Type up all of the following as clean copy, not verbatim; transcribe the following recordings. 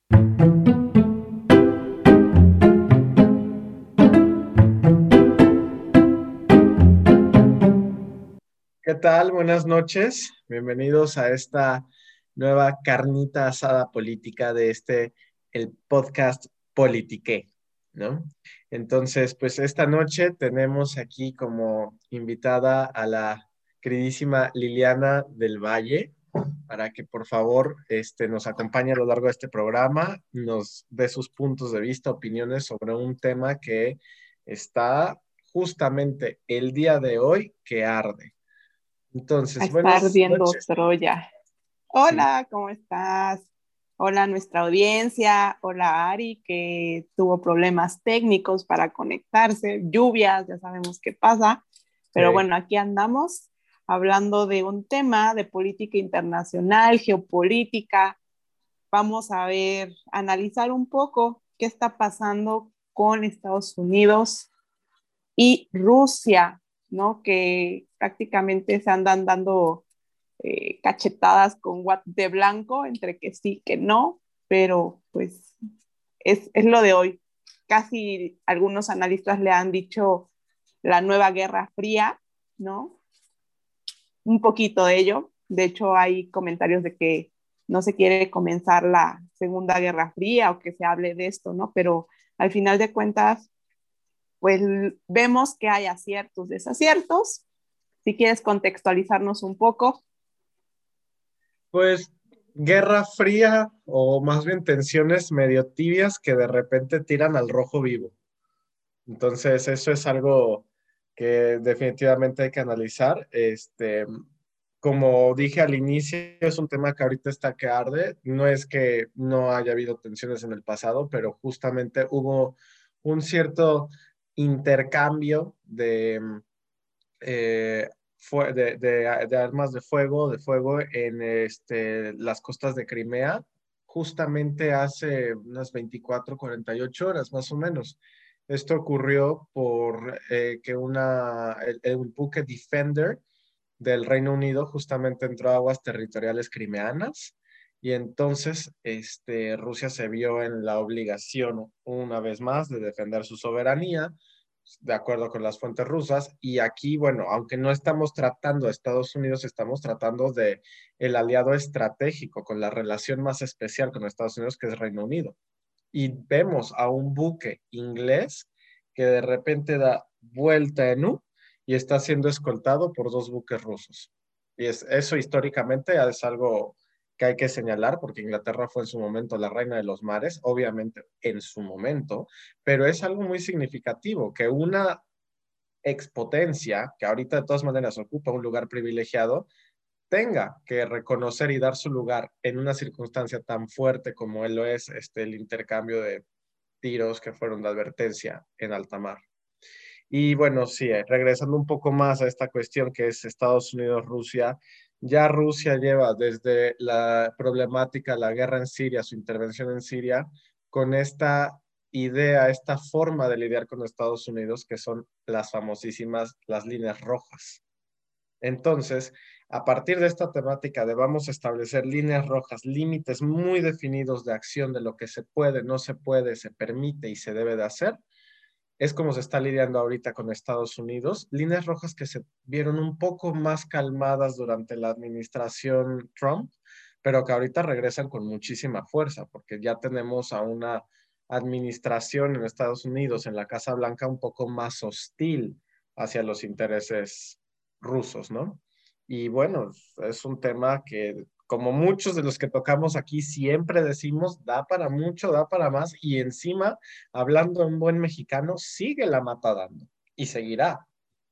¿Qué tal? Buenas noches. Bienvenidos a esta nueva carnita asada política de el podcast Politique, ¿no? Entonces, pues esta noche tenemos aquí como invitada a la queridísima Liliana del Valle para que por favor nos acompañe a lo largo de este programa, nos dé sus puntos de vista, opiniones sobre un tema que está justamente el día de hoy que arde. Entonces, Está buenas ardiendo noches. Troya. Sí, Hola, ¿cómo estás? Hola a nuestra audiencia. Hola Ari, que tuvo problemas técnicos para conectarse, lluvias, ya sabemos qué pasa. Pero sí. bueno, aquí andamos hablando de un tema de política internacional, geopolítica. Vamos a ver, analizar un poco qué está pasando con Estados Unidos y Rusia, ¿no? Que prácticamente se andan dando cachetadas con guante de blanco, entre que sí, que no, pero pues es lo de hoy. Casi algunos analistas le han dicho la nueva Guerra Fría, ¿no? Un poquito de ello. De hecho, hay comentarios de que no se quiere comenzar la Segunda Guerra Fría o que se hable de esto, ¿no? Pero al final de cuentas, pues vemos que hay aciertos, desaciertos. Si quieres contextualizarnos un poco. Pues guerra fría o más bien tensiones medio tibias que de repente tiran al rojo vivo. Entonces, eso es algo que definitivamente hay que analizar. Como dije al inicio, es un tema que ahorita está que arde. No es que no haya habido tensiones en el pasado, pero justamente hubo un cierto intercambio eh, de armas de fuego en las costas de Crimea, justamente hace unas 24, 48 horas más o menos. Esto ocurrió por que el buque Defender del Reino Unido justamente entró a aguas territoriales crimeanas y entonces Rusia se vio en la obligación una vez más de defender su soberanía de acuerdo con las fuentes rusas. Y aquí, bueno, aunque no estamos tratando de Estados Unidos, estamos tratando de el aliado estratégico con la relación más especial con Estados Unidos, que es Reino Unido. Y vemos a un buque inglés que de repente da vuelta en U y está siendo escoltado por dos buques rusos. Y eso históricamente es algo que hay que señalar porque Inglaterra fue en su momento la reina de los mares, obviamente en su momento, pero es algo muy significativo que una expotencia, que ahorita de todas maneras ocupa un lugar privilegiado, tenga que reconocer y dar su lugar en una circunstancia tan fuerte como él lo es el intercambio de tiros que fueron de advertencia en alta mar. Y bueno, sí, regresando un poco más a esta cuestión que es Estados Unidos-Rusia, ya Rusia lleva desde la problemática, la guerra en Siria, su intervención en Siria, con esta idea, esta forma de lidiar con Estados Unidos, que son las famosísimas, las líneas rojas. Entonces, a partir de esta temática de vamos a establecer líneas rojas, límites muy definidos de acción de lo que se puede, no se puede, se permite y se debe de hacer, es como se está lidiando ahorita con Estados Unidos. Líneas rojas que se vieron un poco más calmadas durante la administración Trump, pero que ahorita regresan con muchísima fuerza, porque ya tenemos a una administración en Estados Unidos, en la Casa Blanca, un poco más hostil hacia los intereses rusos, ¿no? Y bueno, es un tema que, como muchos de los que tocamos aquí, siempre decimos, da para mucho, da para más, y encima, hablando en buen mexicano, sigue la mata dando y seguirá.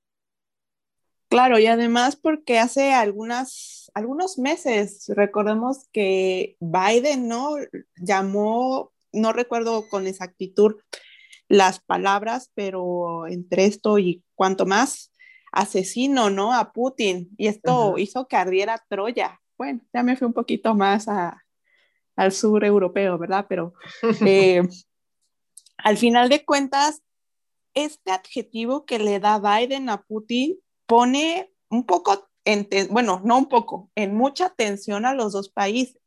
Claro, y además porque hace algunos meses, recordemos que Biden, ¿no? Llamó, no recuerdo con exactitud las palabras, pero entre esto y cuanto más, asesino, ¿no? A Putin. Y esto Ujú. hizo que ardiera Troya. Bueno, ya me fui un poquito más al sur europeo, ¿verdad? Pero eh, al final de cuentas, este adjetivo que le da Biden a Putin pone un poco, bueno, no un poco, en mucha tensión a los dos países.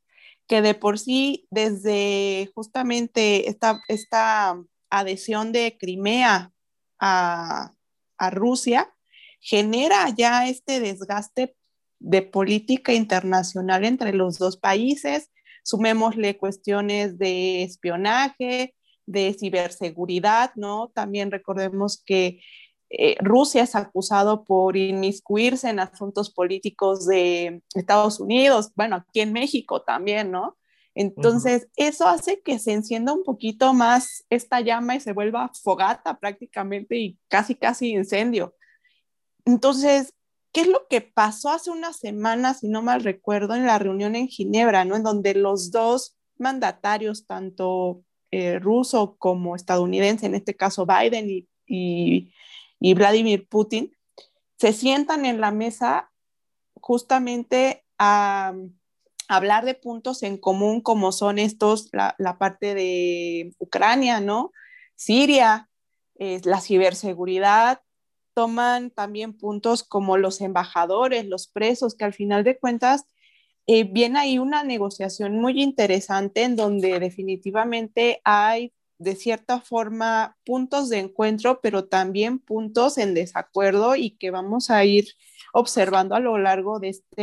que de por sí, desde justamente esta adhesión de Crimea a, a Rusia, genera ya este desgaste de política internacional entre los dos países. Sumémosle cuestiones de espionaje, de ciberseguridad, ¿no? También recordemos que Rusia es acusado por inmiscuirse en asuntos políticos de Estados Unidos, bueno, aquí en México también, ¿no? Ujú. Entonces, eso hace que se encienda un poquito más esta llama y se vuelva fogata prácticamente y casi, casi incendio. Entonces, ¿qué es lo que pasó hace unas semanas, si no mal recuerdo, en la reunión en Ginebra, ¿no? En donde los dos mandatarios, tanto ruso como estadounidense, en este caso Biden y Vladimir Putin, se sientan en la mesa justamente a hablar de puntos en común como son estos, la parte de Ucrania, ¿no? Siria, la ciberseguridad, toman también puntos como los embajadores, los presos, que al final de cuentas viene ahí una negociación muy interesante en donde definitivamente hay de cierta forma puntos de encuentro, pero también puntos en desacuerdo y que vamos a ir observando a lo largo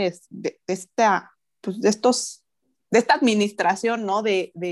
pues de esta administración, ¿no?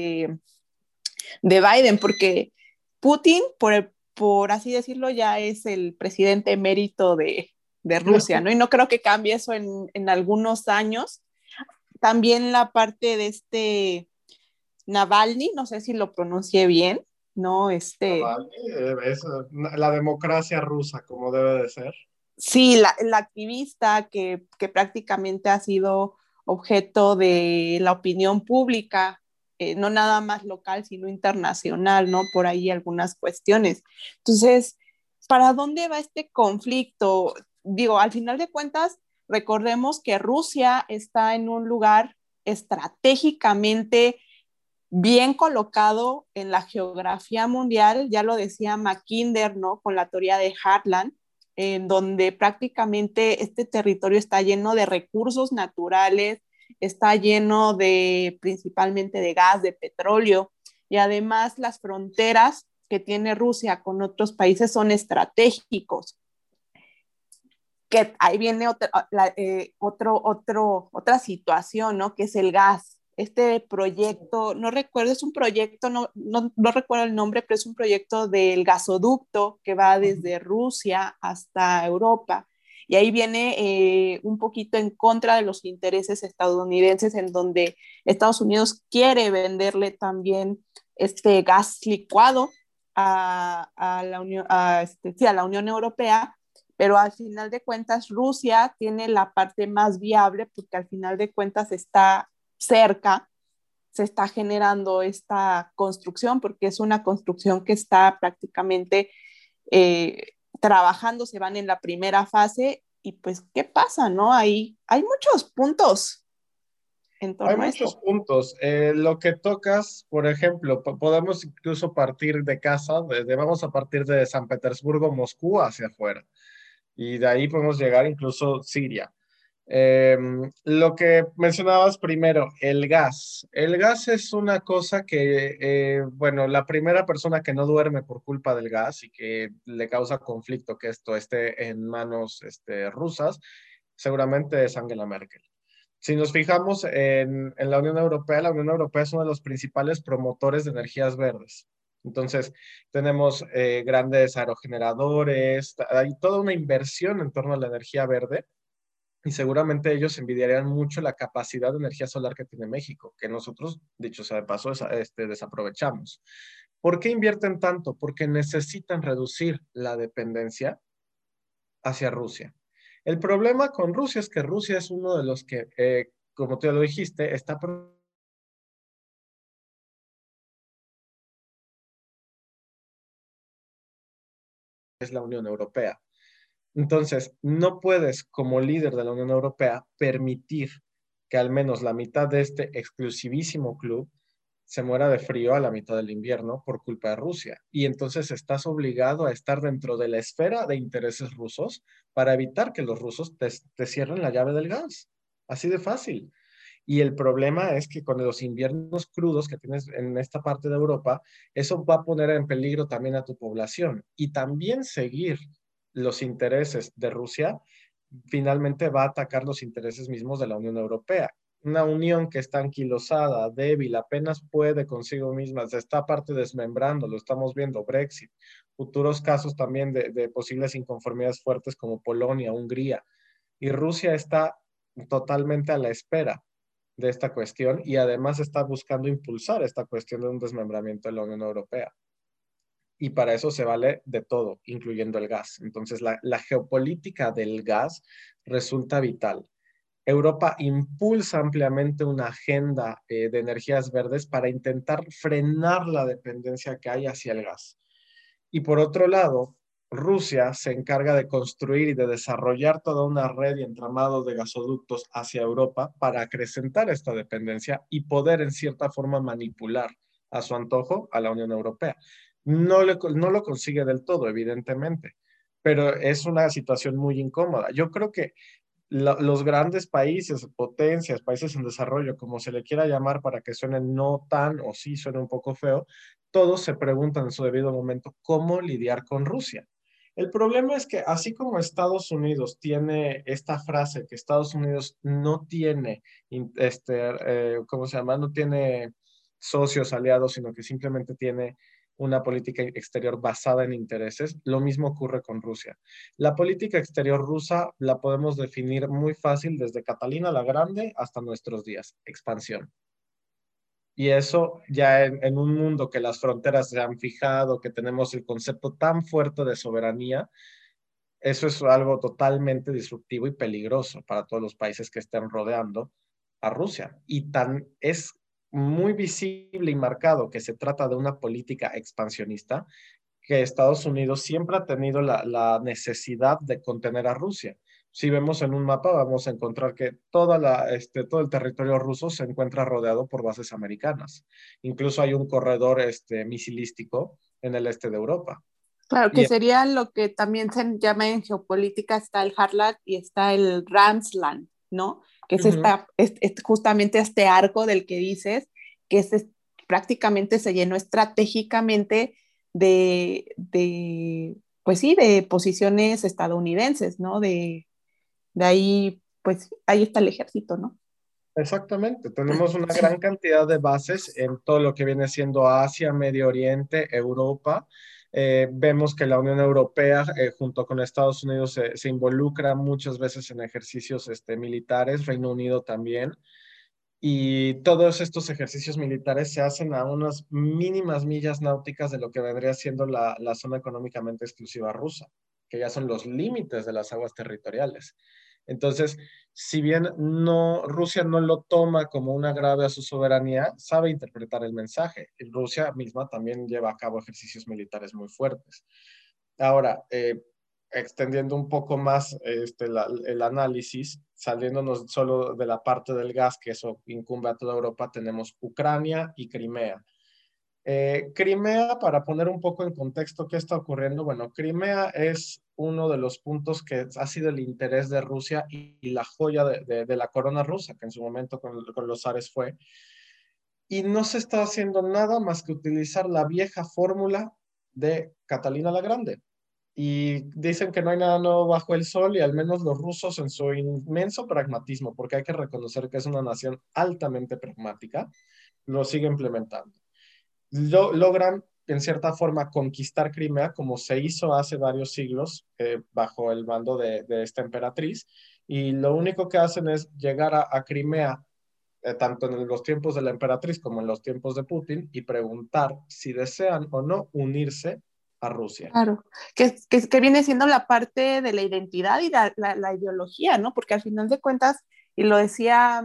De Biden, porque Putin, por así decirlo, ya es el presidente emérito de Rusia, ¿no? Y no creo que cambie eso en algunos años. También la parte de Navalny, no sé si lo pronuncié bien, ¿no? Vale, es la democracia rusa, como debe de ser. Sí, la activista que prácticamente ha sido objeto de la opinión pública, no nada más local, sino internacional, ¿no? Por ahí algunas cuestiones. Entonces, ¿para dónde va este conflicto? Digo, al final de cuentas, recordemos que Rusia está en un lugar estratégicamente bien colocado en la geografía mundial, ya lo decía Mackinder, ¿no? Con la teoría de Heartland, en donde prácticamente este territorio está lleno de recursos naturales, está lleno de principalmente de gas, de petróleo, y además las fronteras que tiene Rusia con otros países son estratégicos. Que ahí viene otra situación, ¿no? Que es el gas. Este proyecto, no recuerdo, es un proyecto, no recuerdo el nombre, pero es un proyecto del gasoducto que va desde Rusia hasta Europa. Y ahí viene un poquito en contra de los intereses estadounidenses, en donde Estados Unidos quiere venderle también este gas licuado a la Unión, sí, a la Unión Europea, pero al final de cuentas Rusia tiene la parte más viable porque al final de cuentas está cerca, se está generando esta construcción porque es una construcción que está prácticamente trabajando, se van en la primera fase y pues, ¿qué pasa? ¿No? Hay muchos puntos en Hay torno a muchos esto. puntos. Lo que tocas, por ejemplo, podemos incluso partir de casa, vamos a partir de San Petersburgo, Moscú, hacia afuera. Y de ahí podemos llegar incluso Siria. Lo que mencionabas primero, el gas. El gas es una cosa que, bueno, la primera persona que no duerme por culpa del gas y que le causa conflicto que esto esté en manos rusas, seguramente es Angela Merkel. Si nos fijamos en la Unión Europea es uno de los principales promotores de energías verdes. Entonces, tenemos grandes aerogeneradores, hay toda una inversión en torno a la energía verde y seguramente ellos envidiarían mucho la capacidad de energía solar que tiene México, que nosotros, dicho sea de paso, desaprovechamos. ¿Por qué invierten tanto? Porque necesitan reducir la dependencia hacia Rusia. El problema con Rusia es que Rusia es uno de los que, como tú ya lo dijiste, es la Unión Europea. Entonces, no puedes, como líder de la Unión Europea, permitir que al menos la mitad de este exclusivísimo club se muera de frío a la mitad del invierno por culpa de Rusia. Y entonces estás obligado a estar dentro de la esfera de intereses rusos para evitar que los rusos te cierren la llave del gas. Así de fácil. Y el problema es que con los inviernos crudos que tienes en esta parte de Europa, eso va a poner en peligro también a tu población. Y también seguir los intereses de Rusia finalmente va a atacar los intereses mismos de la Unión Europea. Una unión que está anquilosada, débil, apenas puede consigo misma, se está parte desmembrando, lo estamos viendo, Brexit, futuros casos también de posibles inconformidades fuertes como Polonia, Hungría, y Rusia está totalmente a la espera de esta cuestión y además está buscando impulsar esta cuestión de un desmembramiento de la Unión Europea. Y para eso se vale de todo, incluyendo el gas. Entonces, la geopolítica del gas resulta vital. Europa impulsa ampliamente una agenda de energías verdes para intentar frenar la dependencia que hay hacia el gas. Y por otro lado, Rusia se encarga de construir y de desarrollar toda una red y entramado de gasoductos hacia Europa para acrecentar esta dependencia y poder en cierta forma manipular a su antojo a la Unión Europea. No lo consigue del todo, evidentemente, pero es una situación muy incómoda. Yo creo que los grandes países, potencias, países en desarrollo, como se le quiera llamar para que suene no tan o sí suene un poco feo, todos se preguntan en su debido momento cómo lidiar con Rusia. El problema es que así como Estados Unidos tiene esta frase que Estados Unidos no tiene, ¿cómo se llama? No tiene socios aliados, sino que simplemente tiene una política exterior basada en intereses, lo mismo ocurre con Rusia. La política exterior rusa la podemos definir muy fácil desde Catalina la Grande hasta nuestros días, expansión. Y eso ya en un mundo que las fronteras se han fijado, que tenemos el concepto tan fuerte de soberanía, eso es algo totalmente disruptivo y peligroso para todos los países que estén rodeando a Rusia. Y tan es muy visible y marcado que se trata de una política expansionista que Estados Unidos siempre ha tenido la necesidad de contener a Rusia. Si vemos en un mapa, vamos a encontrar que todo el territorio ruso se encuentra rodeado por bases americanas. Incluso hay un corredor misilístico en el este de Europa. Claro, que Y sería lo que también se llama en geopolítica, está el Heartland y está el Ramsland, ¿no? Que es, Ujú. es justamente este arco del que dices, que prácticamente se llenó estratégicamente pues sí, de posiciones estadounidenses, ¿no? De ahí, pues ahí está el ejército, ¿no? Exactamente, tenemos una gran cantidad de bases en todo lo que viene siendo Asia, Medio Oriente, Europa. Vemos que la Unión Europea, junto con Estados Unidos, se involucra muchas veces en ejercicios militares, Reino Unido también. Y todos estos ejercicios militares se hacen a unas mínimas millas náuticas de lo que vendría siendo la zona económicamente exclusiva rusa, que ya son los límites de las aguas territoriales. Entonces, si bien Rusia no lo toma como un agrave a su soberanía, sabe interpretar el mensaje. Y Rusia misma también lleva a cabo ejercicios militares muy fuertes. Ahora, extendiendo un poco más el análisis, saliéndonos solo de la parte del gas, que eso incumbe a toda Europa, tenemos Ucrania y Crimea. Crimea, para poner un poco en contexto qué está ocurriendo, bueno, Crimea es uno de los puntos que ha sido el interés de Rusia y la joya de la corona rusa, que en su momento con los zares fue, y no se está haciendo nada más que utilizar la vieja fórmula de Catalina la Grande. Y dicen que no hay nada nuevo bajo el sol y al menos los rusos en su inmenso pragmatismo, porque hay que reconocer que es una nación altamente pragmática, lo sigue implementando. Logran en cierta forma conquistar Crimea como se hizo hace varios siglos bajo el mando de esta emperatriz y lo único que hacen es llegar a Crimea tanto en los tiempos de la emperatriz como en los tiempos de Putin y preguntar si desean o no unirse a Rusia. Claro, que viene siendo la parte de la identidad y la ideología, ¿no? Porque al final de cuentas, y lo decía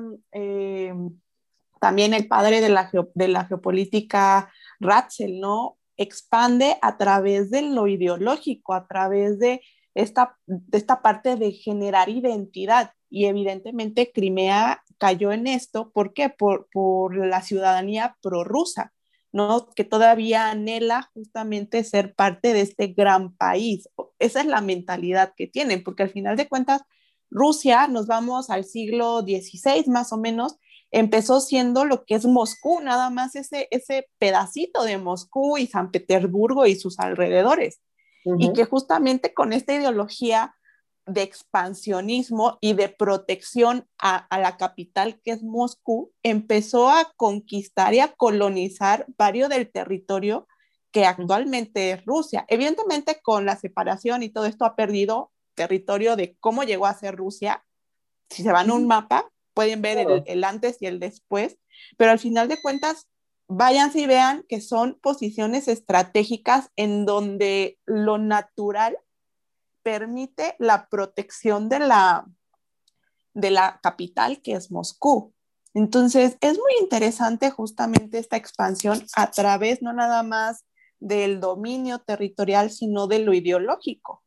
también el padre de de la geopolítica, Ratzel, ¿no? Expande a través de lo ideológico, a través de esta parte de generar identidad. Y evidentemente Crimea cayó en esto, ¿por qué? Por la ciudadanía prorrusa, ¿no? Que todavía anhela justamente ser parte de este gran país. Esa es la mentalidad que tienen, porque al final de cuentas, Rusia, nos vamos al siglo XVI más o menos, empezó siendo lo que es Moscú, nada más ese pedacito de Moscú y San Petersburgo y sus alrededores. Y que justamente con esta ideología de expansionismo y de protección a la capital que es Moscú, empezó a conquistar y a colonizar varios del territorio que actualmente es Rusia. Evidentemente con la separación y todo esto ha perdido territorio de cómo llegó a ser Rusia. Si se van a un mapa, pueden ver el antes y el después, pero al final de cuentas, váyanse y vean que son posiciones estratégicas en donde lo natural permite la protección de la capital que es Moscú. Entonces, es muy interesante justamente esta expansión a través no nada más del dominio territorial, sino de lo ideológico.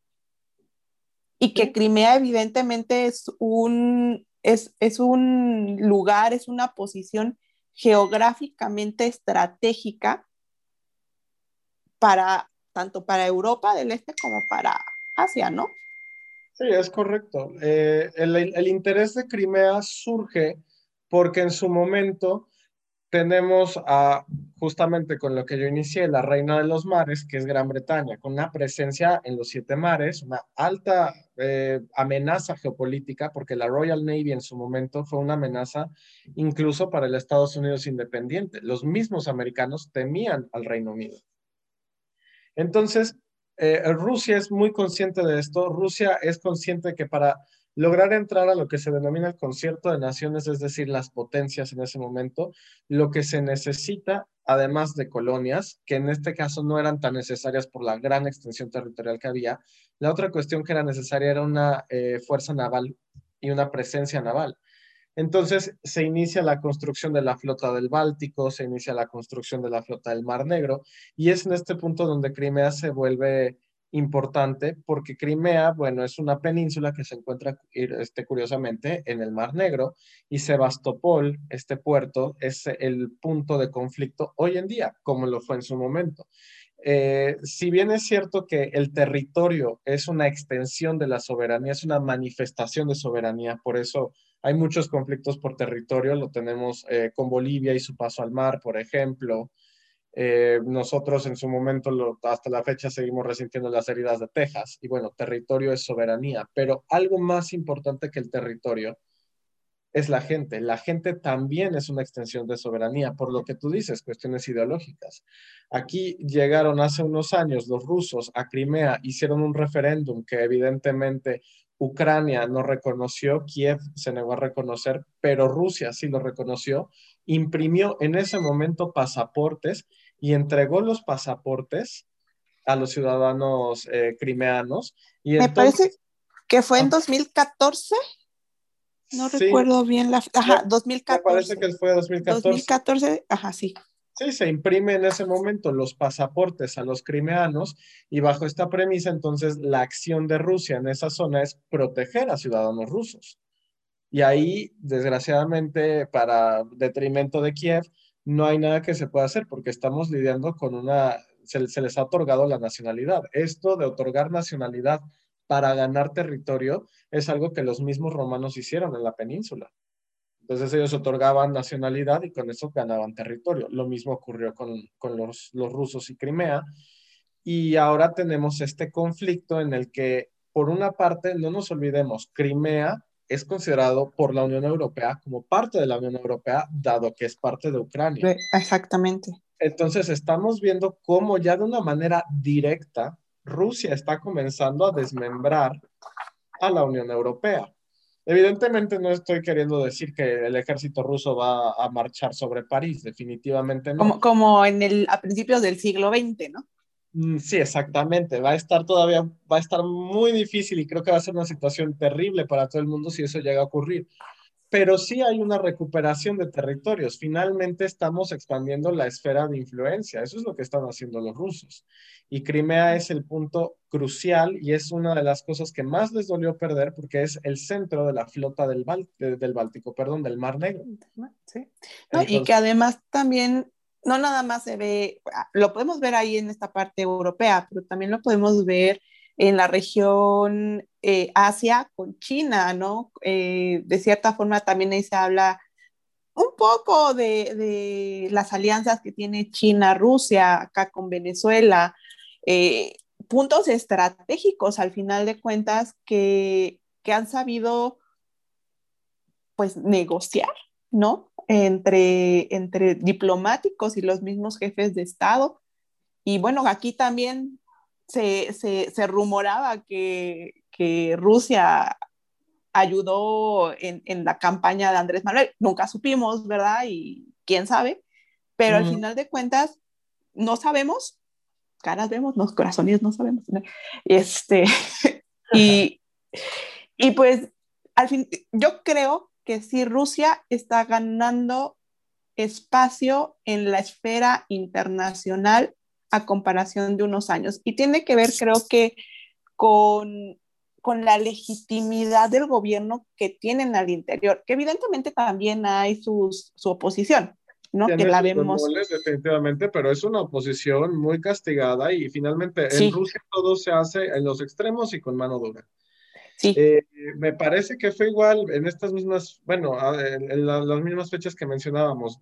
Y que Crimea evidentemente es un lugar, es una posición geográficamente estratégica tanto para Europa del Este como para Asia, ¿no? Sí, es correcto. El interés de Crimea surge porque en su momento tenemos justamente con lo que yo inicié, la reina de los mares, que es Gran Bretaña, con una presencia en los siete mares, una alta amenaza geopolítica, porque la Royal Navy en su momento fue una amenaza incluso para el Estados Unidos independiente. Los mismos americanos temían al Reino Unido. Entonces, Rusia es muy consciente de esto. Rusia es consciente de que para lograr entrar a lo que se denomina el concierto de naciones, es decir, las potencias en ese momento, lo que se necesita, además de colonias, que en este caso no eran tan necesarias por la gran extensión territorial que había, la otra cuestión que era necesaria era una fuerza naval y una presencia naval. Entonces se inicia la construcción de la flota del Báltico, se inicia la construcción de la flota del Mar Negro, y es en este punto donde Crimea se vuelve importante, porque Crimea, bueno, es una península que se encuentra, curiosamente, en el Mar Negro, y Sebastopol, este puerto, es el punto de conflicto hoy en día, como lo fue en su momento. Si bien es cierto que el territorio es una extensión de la soberanía, es una manifestación de soberanía, por eso hay muchos conflictos por territorio, lo tenemos con Bolivia y su paso al mar, por ejemplo. Nosotros en su momento, hasta la fecha, seguimos resintiendo las heridas de Texas. Y bueno, territorio es soberanía, pero algo más importante que el territorio es la gente. La gente también es una extensión de soberanía, por lo que tú dices, cuestiones ideológicas. Aquí llegaron hace unos años los rusos a Crimea, hicieron un referéndum que evidentemente Ucrania no reconoció, Kiev se negó a reconocer, pero Rusia sí lo reconoció, imprimió en ese momento pasaportes y entregó los pasaportes a los ciudadanos crimeanos. Y Me parece entonces, que fue en ah, 2014. No sí, recuerdo bien me, Ajá, me parece 2014. que fue 2014. 2014, ajá, sí. Sí, se imprime en ese momento los pasaportes a los crimeanos y bajo esta premisa, entonces, la acción de Rusia en esa zona es proteger a ciudadanos rusos. Y ahí, desgraciadamente, para detrimento de Kiev, no hay nada que se pueda hacer porque estamos lidiando con se les ha otorgado la nacionalidad. Esto de otorgar nacionalidad para ganar territorio es algo que los mismos romanos hicieron en la península. Entonces ellos otorgaban nacionalidad y con eso ganaban territorio. Lo mismo ocurrió con los rusos y Crimea. Y ahora tenemos este conflicto en el que, por una parte, no nos olvidemos, Crimea es considerado por la Unión Europea como parte de la Unión Europea, dado que es parte de Ucrania. Exactamente. Entonces estamos viendo cómo ya de una manera directa Rusia está comenzando a desmembrar a la Unión Europea. Evidentemente no estoy queriendo decir que el ejército ruso va a marchar sobre París, definitivamente no. Como a principios del siglo XX, ¿no? Sí, exactamente. Va a estar muy difícil y creo que va a ser una situación terrible para todo el mundo si eso llega a ocurrir. Pero sí hay una recuperación de territorios. Finalmente estamos expandiendo la esfera de influencia. Eso es lo que están haciendo los rusos. Y Crimea es el punto crucial y es una de las cosas que más les dolió perder porque es el centro de la flota del Báltico, perdón, del Mar Negro. Sí. ¿No? Y que Entonces, además también, no nada más se ve, lo podemos ver ahí en esta parte europea, pero también lo podemos ver en la región Asia con China, ¿no? De cierta forma también ahí se habla un poco de las alianzas que tiene China, Rusia, acá con Venezuela, eh, puntos estratégicos al final de cuentas que han sabido pues negociar, ¿no? Entre diplomáticos y los mismos jefes de Estado. Y bueno, aquí también se rumoraba que Rusia ayudó en la campaña de Andrés Manuel. Nunca supimos, ¿verdad? Y quién sabe. Pero al Ujú. final de cuentas, no sabemos, caras vemos, los corazones no sabemos, ¿no? Este, y, y pues, al fin, yo creo que sí, Rusia está ganando espacio en la esfera internacional a comparación de unos años. Y tiene que ver, creo que, con, con la legitimidad del gobierno que tienen al interior, que evidentemente también hay su oposición, ¿no? Que Tiene la sus vemos, bemoles, definitivamente, pero es una oposición muy castigada y finalmente en sí, Rusia todo se hace en los extremos y con mano dura. sí, Eh, Me parece que fue igual en estas mismas, bueno, las mismas fechas que mencionábamos,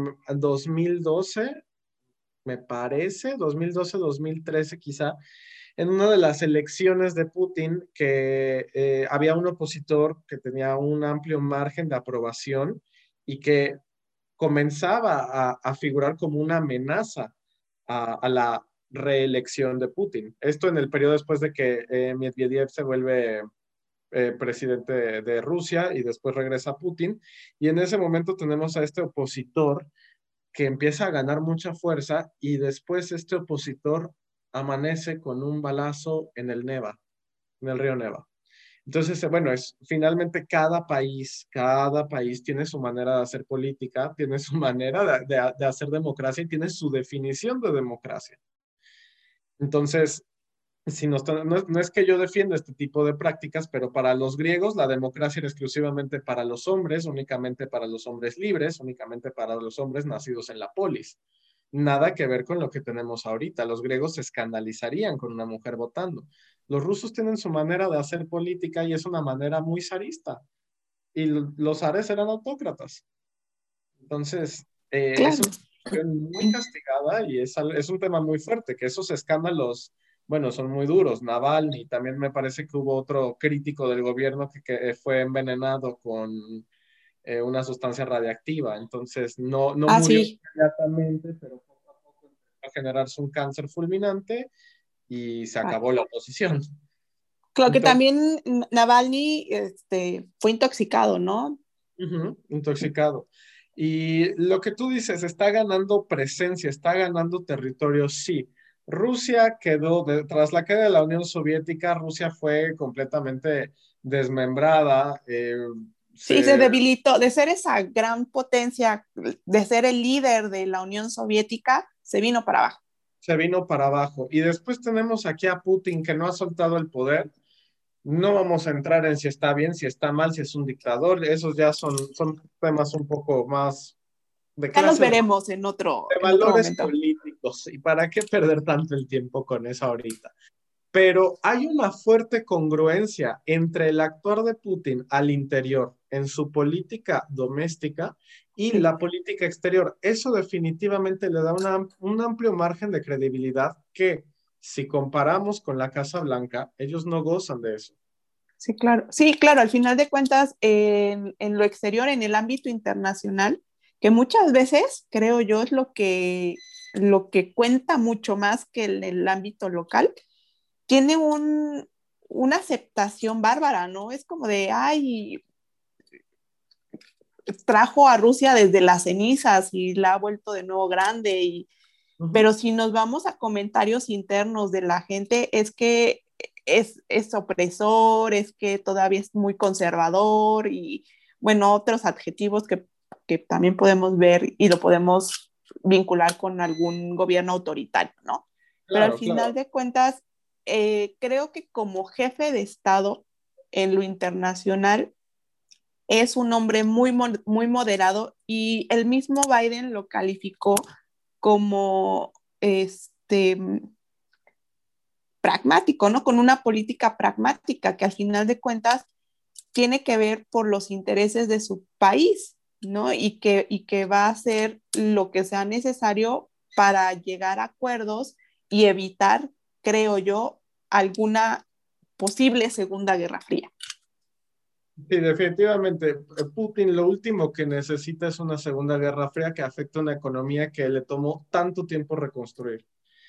2012, me parece, 2012, 2013 quizá, en una de las elecciones de Putin, que había un opositor que tenía un amplio margen de aprobación y que comenzaba a figurar como una amenaza a la reelección de Putin. Esto en el periodo después de que Medvedev se vuelve presidente de Rusia y después regresa Putin. Y en ese momento tenemos a este opositor que empieza a ganar mucha fuerza y después este opositor amanece con un balazo en el Neva, en el río Neva. Entonces, bueno, es finalmente cada país tiene su manera de hacer política, tiene su manera de hacer democracia y tiene su definición de democracia. Entonces, si no es que yo defienda este tipo de prácticas, pero para los griegos la democracia era exclusivamente para los hombres, únicamente para los hombres libres, únicamente para los hombres nacidos en la polis. Nada que ver con lo que tenemos ahorita. Los griegos se escandalizarían con una mujer votando. Los rusos tienen su manera de hacer política y es una manera muy zarista. Y los zares eran autócratas. Entonces, es claro. una situación muy castigada y es un tema muy fuerte, que esos escándalos, bueno, son muy duros. Navalny, también me parece que hubo otro crítico del gobierno que fue envenenado con una sustancia radiactiva. Entonces, no Ah, murió sí. inmediatamente, pero poco a poco empezó a generarse un cáncer fulminante y se Ah, acabó la oposición. claro que Entonces, también Navalny fue intoxicado, ¿no? ujú, intoxicado. Y lo que tú dices, está ganando presencia, está ganando territorio, sí. Rusia quedó, tras la caída de la Unión Soviética, Rusia fue completamente desmembrada. Sí, se Se, debilitó de ser esa gran potencia, de ser el líder de la Unión Soviética, se vino para abajo. Se vino para abajo. Y después tenemos aquí a Putin que no ha soltado el poder. No vamos a entrar en si está bien, si está mal, si es un dictador. Esos ya son temas un poco más de Ya los clase veremos de en otro valores momento. políticos. ¿Y para qué perder tanto el tiempo con eso ahorita? Pero hay una fuerte congruencia entre el actuar de Putin al interior en su política doméstica y Sí. la política exterior. Eso definitivamente le da un amplio margen de credibilidad que, si comparamos con la Casa Blanca, ellos no gozan de eso. Sí, claro. Sí, claro, al final de cuentas, en lo exterior, en el ámbito internacional, que muchas veces, creo yo, es lo que cuenta mucho más que en el ámbito local, tiene una aceptación bárbara, ¿no? Es como de, ay, trajo a Rusia desde las cenizas y la ha vuelto de nuevo grande, Ujú. pero si nos vamos a comentarios internos de la gente, es que es opresor, es que todavía es muy conservador y, bueno, otros adjetivos que también podemos ver y lo podemos vincular con algún gobierno autoritario, ¿no? Pero al Claro, final claro. de cuentas, creo que como jefe de Estado en lo internacional, es un hombre muy moderado y el mismo Biden lo calificó como pragmático, ¿no? Con una política pragmática que al final de cuentas tiene que ver por los intereses de su país. ¿no? Y que va a hacer lo que sea necesario para llegar a acuerdos y evitar, creo yo, alguna posible Segunda Guerra Fría. Sí, definitivamente. Putin lo último que necesita es una Segunda Guerra Fría que afecte una economía que le tomó tanto tiempo reconstruir.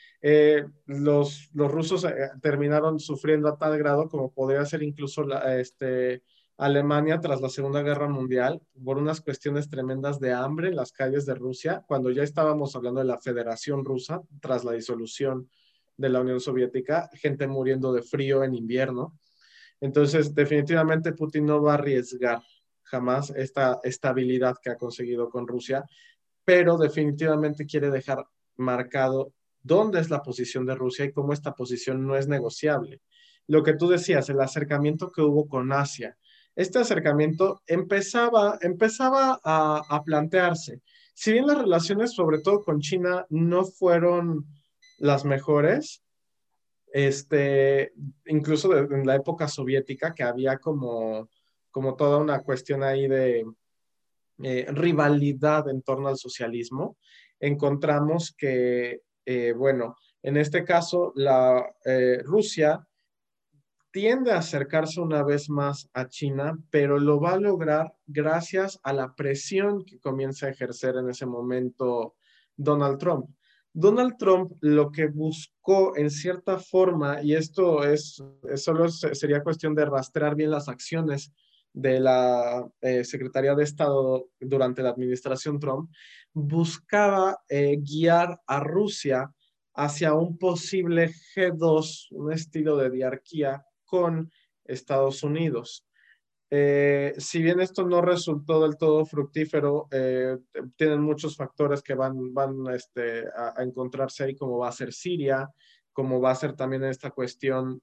Los rusos terminaron sufriendo a tal grado como podría ser incluso Alemania tras la Segunda Guerra Mundial por unas cuestiones tremendas de hambre en las calles de Rusia, cuando ya estábamos hablando de la Federación Rusa tras la disolución de la Unión Soviética, gente muriendo de frío en invierno. Entonces, definitivamente Putin no va a arriesgar jamás esta estabilidad que ha conseguido con Rusia, pero definitivamente quiere dejar marcado dónde es la posición de Rusia y cómo esta posición no es negociable. Lo que tú decías, el acercamiento que hubo con Asia, este acercamiento empezaba a plantearse. Si bien las relaciones, sobre todo con China, no fueron las mejores, este, incluso en la época soviética, que había como toda una cuestión ahí de rivalidad en torno al socialismo, encontramos que, bueno, en este caso, Rusia tiende a acercarse una vez más a China, pero lo va a lograr gracias a la presión que comienza a ejercer en ese momento Donald Trump. Donald Trump lo que buscó en cierta forma, y esto solo sería cuestión de rastrear bien las acciones de la Secretaría de Estado durante la administración Trump, buscaba guiar a Rusia hacia un posible G2, un estilo de diarquía con Estados Unidos. Si bien esto no resultó del todo fructífero, tienen muchos factores que van a encontrarse ahí, como va a ser Siria, como va a ser también esta cuestión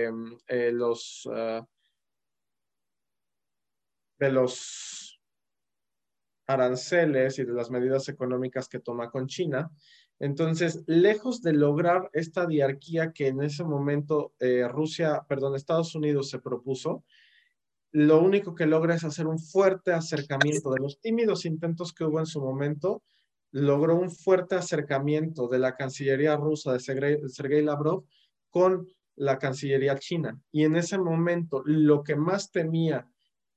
de los aranceles y de las medidas económicas que toma con China. Entonces, lejos de lograr esta diarquía que en ese momento Estados Unidos se propuso, lo único que logra es hacer un fuerte acercamiento de los tímidos intentos que hubo en su momento, logró un fuerte acercamiento de la Cancillería rusa de Sergei Lavrov con la Cancillería china. Y en ese momento, lo que más temía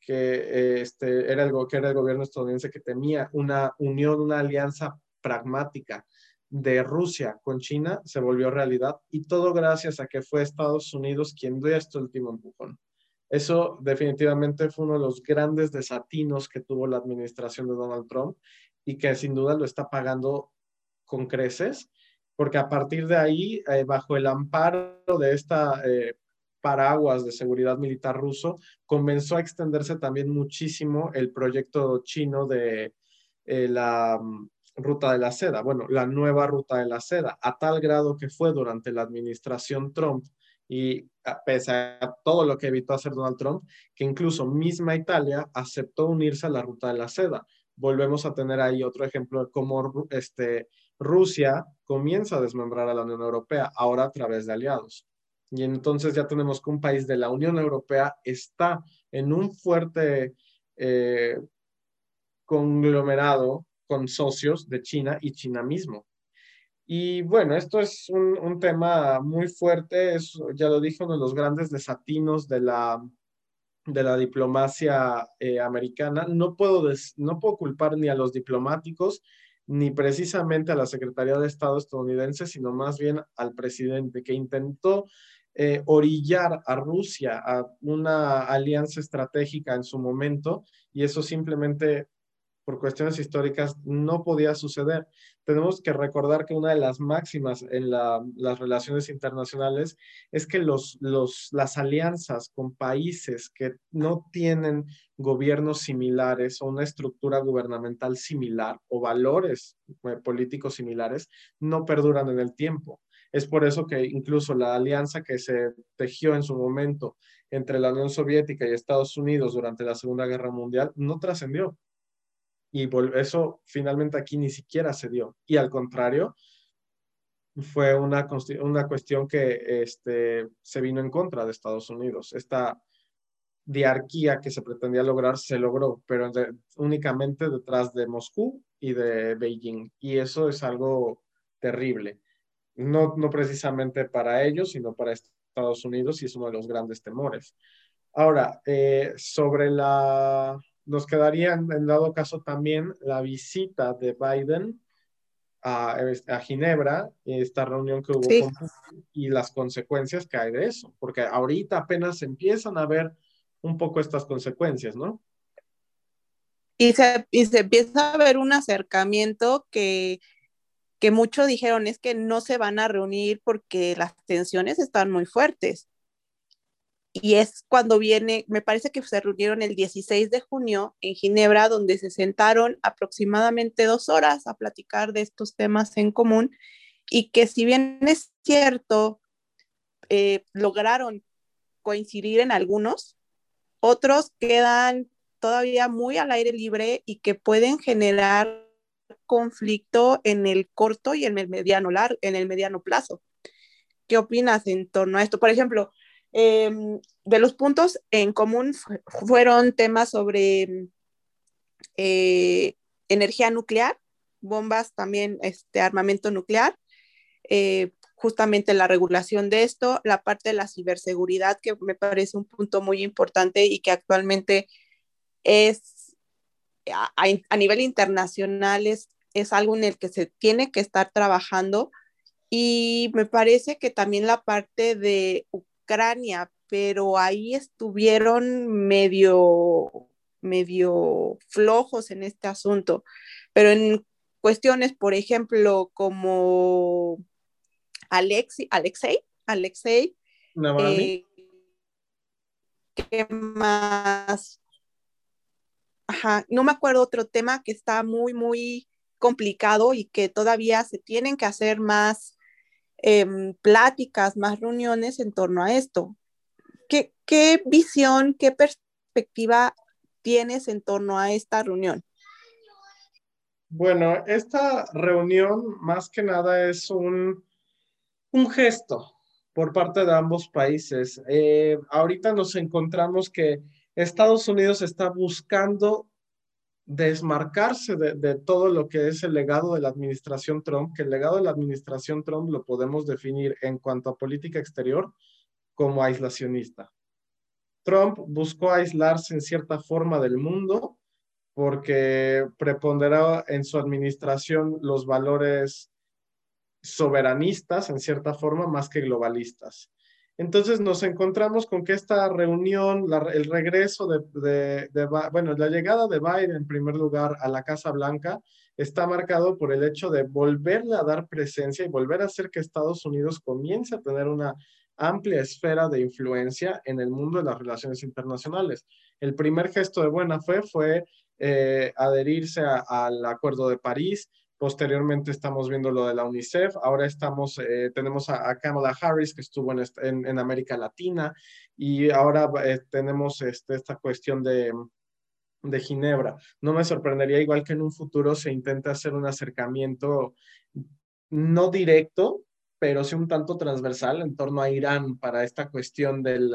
que era el gobierno estadounidense, que temía una unión, una alianza pragmática de Rusia con China, se volvió realidad, y todo gracias a que fue Estados Unidos quien dio este último empujón. Eso definitivamente fue uno de los grandes desatinos que tuvo la administración de Donald Trump y que sin duda lo está pagando con creces, porque a partir de ahí, bajo el amparo de esta paraguas de seguridad militar ruso, comenzó a extenderse también muchísimo el proyecto chino de la ruta de la seda, bueno, la nueva ruta de la seda, a tal grado que fue durante la administración Trump y pese a todo lo que evitó hacer Donald Trump, que incluso misma Italia aceptó unirse a la ruta de la seda. Volvemos a tener ahí otro ejemplo de cómo Rusia comienza a desmembrar a la Unión Europea, ahora a través de aliados. Y entonces ya tenemos que un país de la Unión Europea está en un fuerte conglomerado con socios de China y China mismo. Y bueno, esto es un tema muy fuerte, ya lo dije, uno de los grandes desatinos de la diplomacia americana. No puedo culpar ni a los diplomáticos, ni precisamente a la Secretaría de Estado estadounidense, sino más bien al presidente, que intentó orillar a Rusia a una alianza estratégica en su momento, y eso simplemente por cuestiones históricas no podía suceder. Tenemos que recordar que una de las máximas en las relaciones internacionales es que las alianzas con países que no tienen gobiernos similares o una estructura gubernamental similar o valores políticos similares no perduran en el tiempo. Es por eso que incluso la alianza que se tejió en su momento entre la Unión Soviética y Estados Unidos durante la Segunda Guerra Mundial no trascendió. Y eso finalmente aquí ni siquiera se dio. Y al contrario, fue una cuestión que se vino en contra de Estados Unidos. Esta diarquía que se pretendía lograr se logró, pero únicamente detrás de Moscú y de Beijing. Y eso es algo terrible. No, no precisamente para ellos, sino para Estados Unidos, y es uno de los grandes temores. Ahora, nos quedaría en dado caso también la visita de Biden a Ginebra, esta reunión que hubo Sí. con Putin y las consecuencias que hay de eso, porque ahorita apenas empiezan a ver un poco estas consecuencias, ¿no? Y se empieza a ver un acercamiento que muchos dijeron es que no se van a reunir porque las tensiones están muy fuertes. Y es cuando viene, me parece que se reunieron el 16 de junio en Ginebra, donde se sentaron aproximadamente 2 horas a platicar de estos temas en común y que si bien es cierto, lograron coincidir en algunos, otros quedan todavía muy al aire libre y que pueden generar conflicto en el corto y en el mediano plazo. ¿Qué opinas en torno a esto? Por ejemplo, de los puntos en común fueron temas sobre eh, energía nuclear, bombas también, armamento nuclear, justamente la regulación de esto, la parte de la ciberseguridad, que me parece un punto muy importante y que actualmente es a nivel internacional es algo en el que se tiene que estar trabajando y me parece que también la parte de Ucrania, pero ahí estuvieron medio flojos en este asunto. Pero en cuestiones, por ejemplo, como Alexei, Navalny. ¿qué más? Ajá, no me acuerdo otro tema que está muy, muy complicado y que todavía se tienen que hacer más pláticas, más reuniones en torno a esto. ¿Qué visión, qué perspectiva tienes en torno a esta reunión? Bueno, esta reunión más que nada es un gesto por parte de ambos países. Ahorita nos encontramos que Estados Unidos está buscando desmarcarse de todo lo que es el legado de la administración Trump, que el legado de la administración Trump lo podemos definir en cuanto a política exterior como aislacionista. Trump buscó aislarse en cierta forma del mundo porque preponderó en su administración los valores soberanistas, en cierta forma, más que globalistas. Entonces nos encontramos con que esta reunión, el regreso bueno, la llegada de Biden en primer lugar a la Casa Blanca está marcado por el hecho de volverle a dar presencia y volver a hacer que Estados Unidos comience a tener una amplia esfera de influencia en el mundo de las relaciones internacionales. El primer gesto de buena fe fue adherirse al Acuerdo de París. Posteriormente estamos viendo lo de la UNICEF, ahora tenemos a Kamala Harris que estuvo en América Latina y ahora tenemos esta cuestión de Ginebra. No me sorprendería igual que en un futuro se intente hacer un acercamiento no directo, pero sí un tanto transversal en torno a Irán para esta cuestión del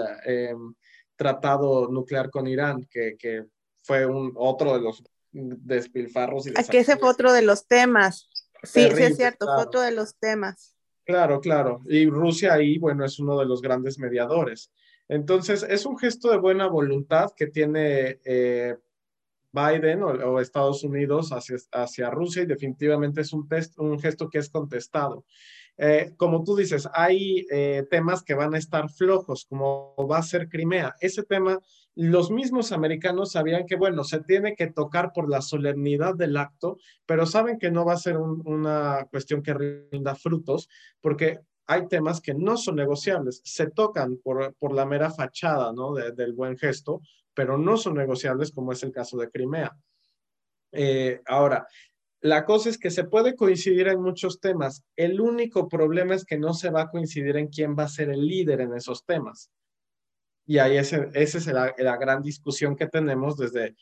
tratado nuclear con Irán, que fue otro de los despilfarros y Aquí ese fue desacuerdos otro de los temas. Sí, sí es terribles, cierto, fue claro. otro de los temas. Claro, claro. Y Rusia ahí, bueno, es uno de los grandes mediadores. Entonces, es un gesto de buena voluntad que tiene Biden o Estados Unidos hacia Rusia y definitivamente es un gesto que es contestado. Como tú dices, hay temas que van a estar flojos, como va a ser Crimea. Ese tema, los mismos americanos sabían que, bueno, se tiene que tocar por la solemnidad del acto, pero saben que no va a ser una cuestión que rinda frutos, porque hay temas que no son negociables, se tocan por la mera fachada, ¿no? Del buen gesto, pero no son negociables como es el caso de Crimea. Ahora, la cosa es que se puede coincidir en muchos temas. El único problema es que no se va a coincidir en quién va a ser el líder en esos temas. Y ahí esa es la gran discusión que tenemos desde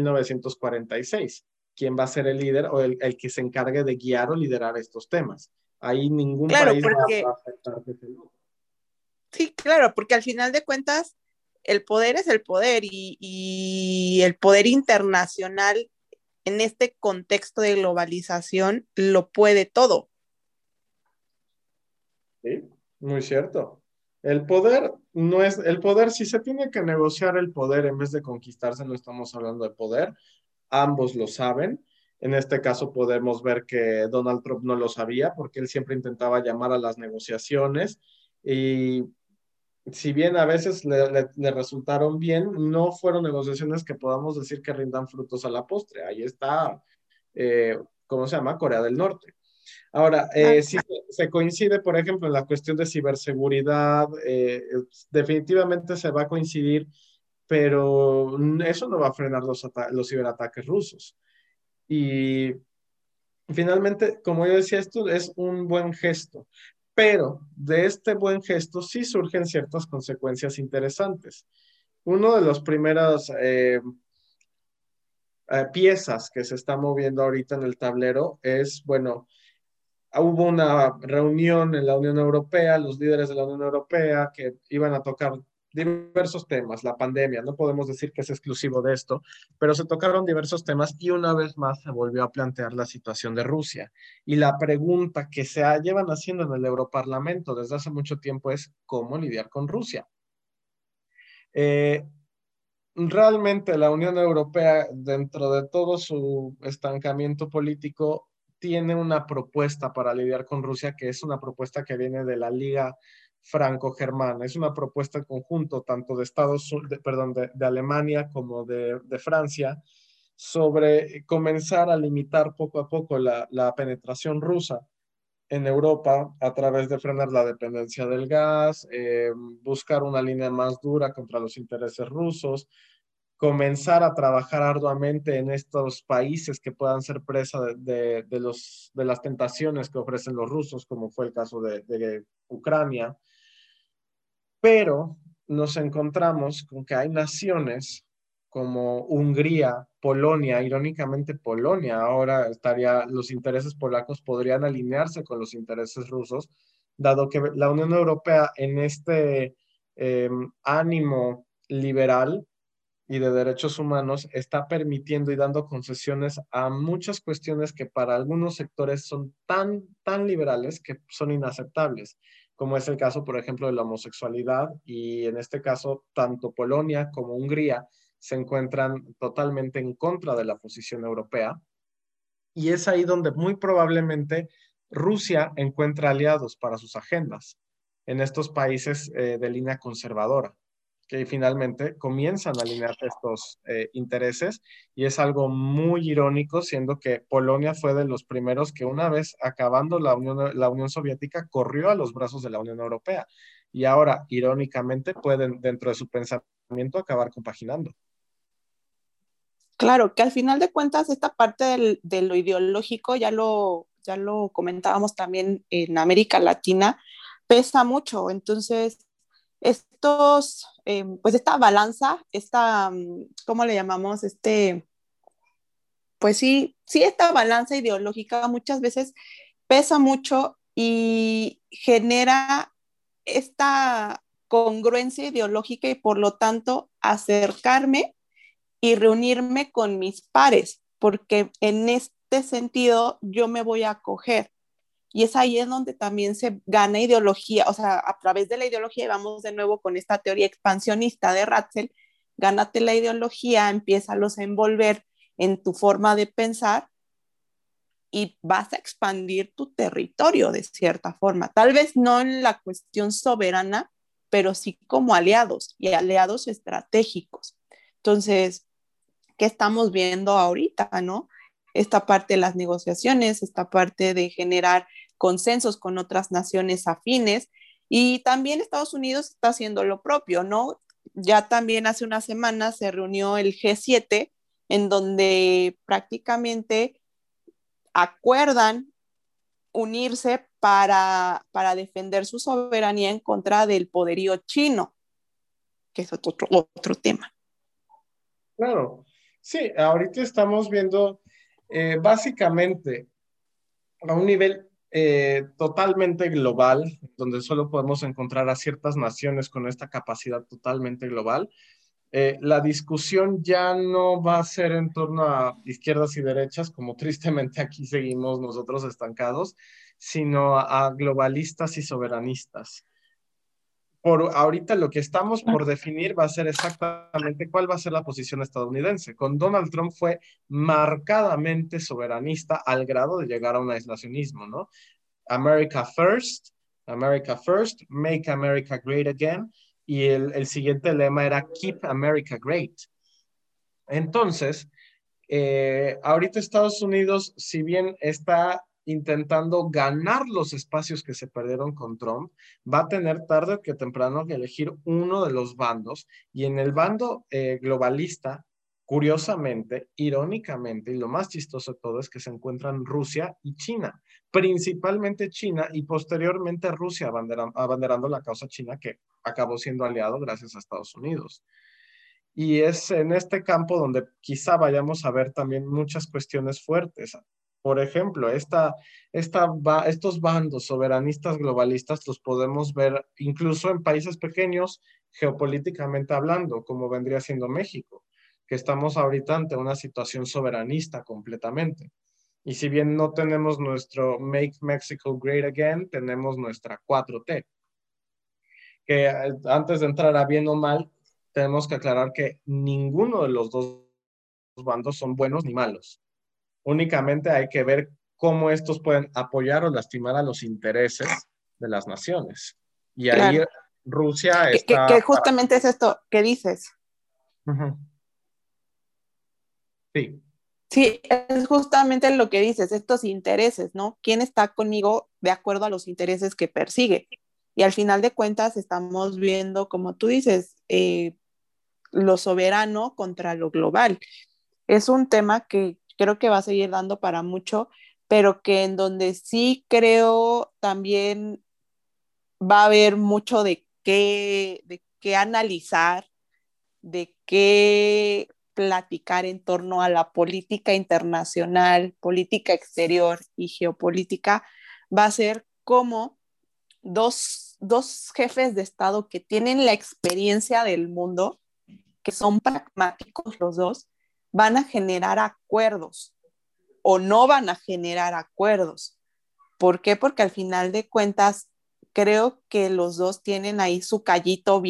1946. ¿Quién va a ser el líder o el que se encargue de guiar o liderar estos temas? Ahí ningún Claro, país va porque a aceptar que se lo. sí, claro, porque al final de cuentas el poder es el poder y el poder internacional en este contexto de globalización lo puede todo. Sí, muy cierto. El poder no es, el poder, si se tiene que negociar el poder en vez de conquistarse, no estamos hablando de poder, ambos lo saben. En este caso podemos ver que Donald Trump no lo sabía porque él siempre intentaba llamar a las negociaciones y si bien a veces le resultaron bien, no fueron negociaciones que podamos decir que rindan frutos a la postre. Ahí está, ¿cómo se llama? Corea del Norte. Ahora, Claro. si se coincide, por ejemplo, en la cuestión de ciberseguridad, definitivamente se va a coincidir, pero eso no va a frenar los ciberataques rusos. Y finalmente, como yo decía, esto es un buen gesto, pero de este buen gesto sí surgen ciertas consecuencias interesantes. Uno de los primeros piezas que se está moviendo ahorita en el tablero es, bueno, hubo una reunión en la Unión Europea, los líderes de la Unión Europea que iban a tocar diversos temas, la pandemia, no podemos decir que es exclusivo de esto, pero se tocaron diversos temas y una vez más se volvió a plantear la situación de Rusia. Y la pregunta que llevan haciendo en el Europarlamento desde hace mucho tiempo es cómo lidiar con Rusia. Eh, Realmente la Unión Europea, dentro de todo su estancamiento político, tiene una propuesta para lidiar con Rusia, que es una propuesta que viene de la Liga Franco-Germana. Es una propuesta en conjunto tanto de perdón, de Alemania como de Francia, sobre comenzar a limitar poco a poco la penetración rusa en Europa a través de frenar la dependencia del gas, buscar una línea más dura contra los intereses rusos, comenzar a trabajar arduamente en estos países que puedan ser presa de las tentaciones que ofrecen los rusos, como fue el caso de Ucrania. Pero nos encontramos con que hay naciones como Hungría, Polonia, irónicamente Polonia, ahora los intereses polacos podrían alinearse con los intereses rusos, dado que la Unión Europea en este ánimo liberal y de derechos humanos está permitiendo y dando concesiones a muchas cuestiones que para algunos sectores son tan liberales que son inaceptables, como es el caso, por ejemplo, de la homosexualidad, y en este caso, tanto Polonia como Hungría se encuentran totalmente en contra de la posición europea, y es ahí donde muy probablemente Rusia encuentra aliados para sus agendas en estos países de línea conservadora, que finalmente comienzan a alinear estos intereses, y es algo muy irónico, siendo que Polonia fue de los primeros que una vez acabando la Unión Soviética corrió a los brazos de la Unión Europea, y ahora irónicamente pueden dentro de su pensamiento acabar compaginando. Claro, que al final de cuentas esta parte de lo ideológico, ya lo comentábamos también en América Latina, pesa mucho. Entonces, pues esta balanza, ¿cómo le llamamos? Pues sí, sí, esta balanza ideológica muchas veces pesa mucho y genera esta congruencia ideológica y por lo tanto acercarme y reunirme con mis pares, porque en este sentido yo me voy a acoger. Y es ahí en donde también se gana ideología, o sea, a través de la ideología, y vamos de nuevo con esta teoría expansionista de Ratzel, gánate la ideología, empieza a envolver en tu forma de pensar y vas a expandir tu territorio de cierta forma. Tal vez no en la cuestión soberana, pero sí como aliados y aliados estratégicos. Entonces, ¿qué estamos viendo ahorita, no? Esta parte de las negociaciones, esta parte de generar consensos con otras naciones afines y también Estados Unidos está haciendo lo propio, ¿no? Ya también hace unas semanas se reunió el G7 en donde prácticamente acuerdan unirse para defender su soberanía en contra del poderío chino, que es otro tema. Claro, sí, ahorita estamos viendo básicamente a un nivel totalmente global, donde solo podemos encontrar a ciertas naciones con esta capacidad totalmente global. La discusión ya no va a ser en torno a izquierdas y derechas, como tristemente aquí seguimos nosotros estancados, sino a globalistas y soberanistas. Por ahorita lo que estamos por definir va a ser exactamente cuál va a ser la posición estadounidense. Con Donald Trump fue marcadamente soberanista al grado de llegar a un aislacionismo, ¿no? America First, Make America Great Again, y el siguiente lema era Keep America Great. Entonces, ahorita Estados Unidos, si bien está intentando ganar los espacios que se perdieron con Trump, va a tener tarde que temprano que elegir uno de los bandos, y en el bando globalista, curiosamente, irónicamente, y lo más chistoso de todo es que se encuentran Rusia y China, principalmente China y posteriormente Rusia abanderando la causa china que acabó siendo aliado gracias a Estados Unidos. Y es en este campo donde quizá vayamos a ver también muchas cuestiones fuertes. Por ejemplo, estos bandos soberanistas globalistas los podemos ver incluso en países pequeños, geopolíticamente hablando, como vendría siendo México, que estamos ahorita ante una situación soberanista completamente. Y si bien no tenemos nuestro Make Mexico Great Again, tenemos nuestra 4T, que antes de entrar a bien o mal, tenemos que aclarar que ninguno de los dos bandos son buenos ni malos. Únicamente hay que ver cómo estos pueden apoyar o lastimar a los intereses de las naciones. Y ahí Claro. Rusia Que, está para... justamente es esto que dices. Ujú. Sí, Sí, es justamente lo que dices, estos intereses, ¿no? ¿Quién está conmigo de acuerdo a los intereses que persigue? Y al final de cuentas estamos viendo, como tú dices, lo soberano contra lo global. Es un tema que creo que va a seguir dando para mucho, pero que en donde sí creo también va a haber mucho de qué analizar, de qué platicar en torno a la política internacional, política exterior y geopolítica, va a ser como dos jefes de Estado que tienen la experiencia del mundo, que son pragmáticos los dos, van a generar acuerdos o no van a generar acuerdos. ¿Por qué? Porque al final de cuentas creo que los dos tienen ahí su callito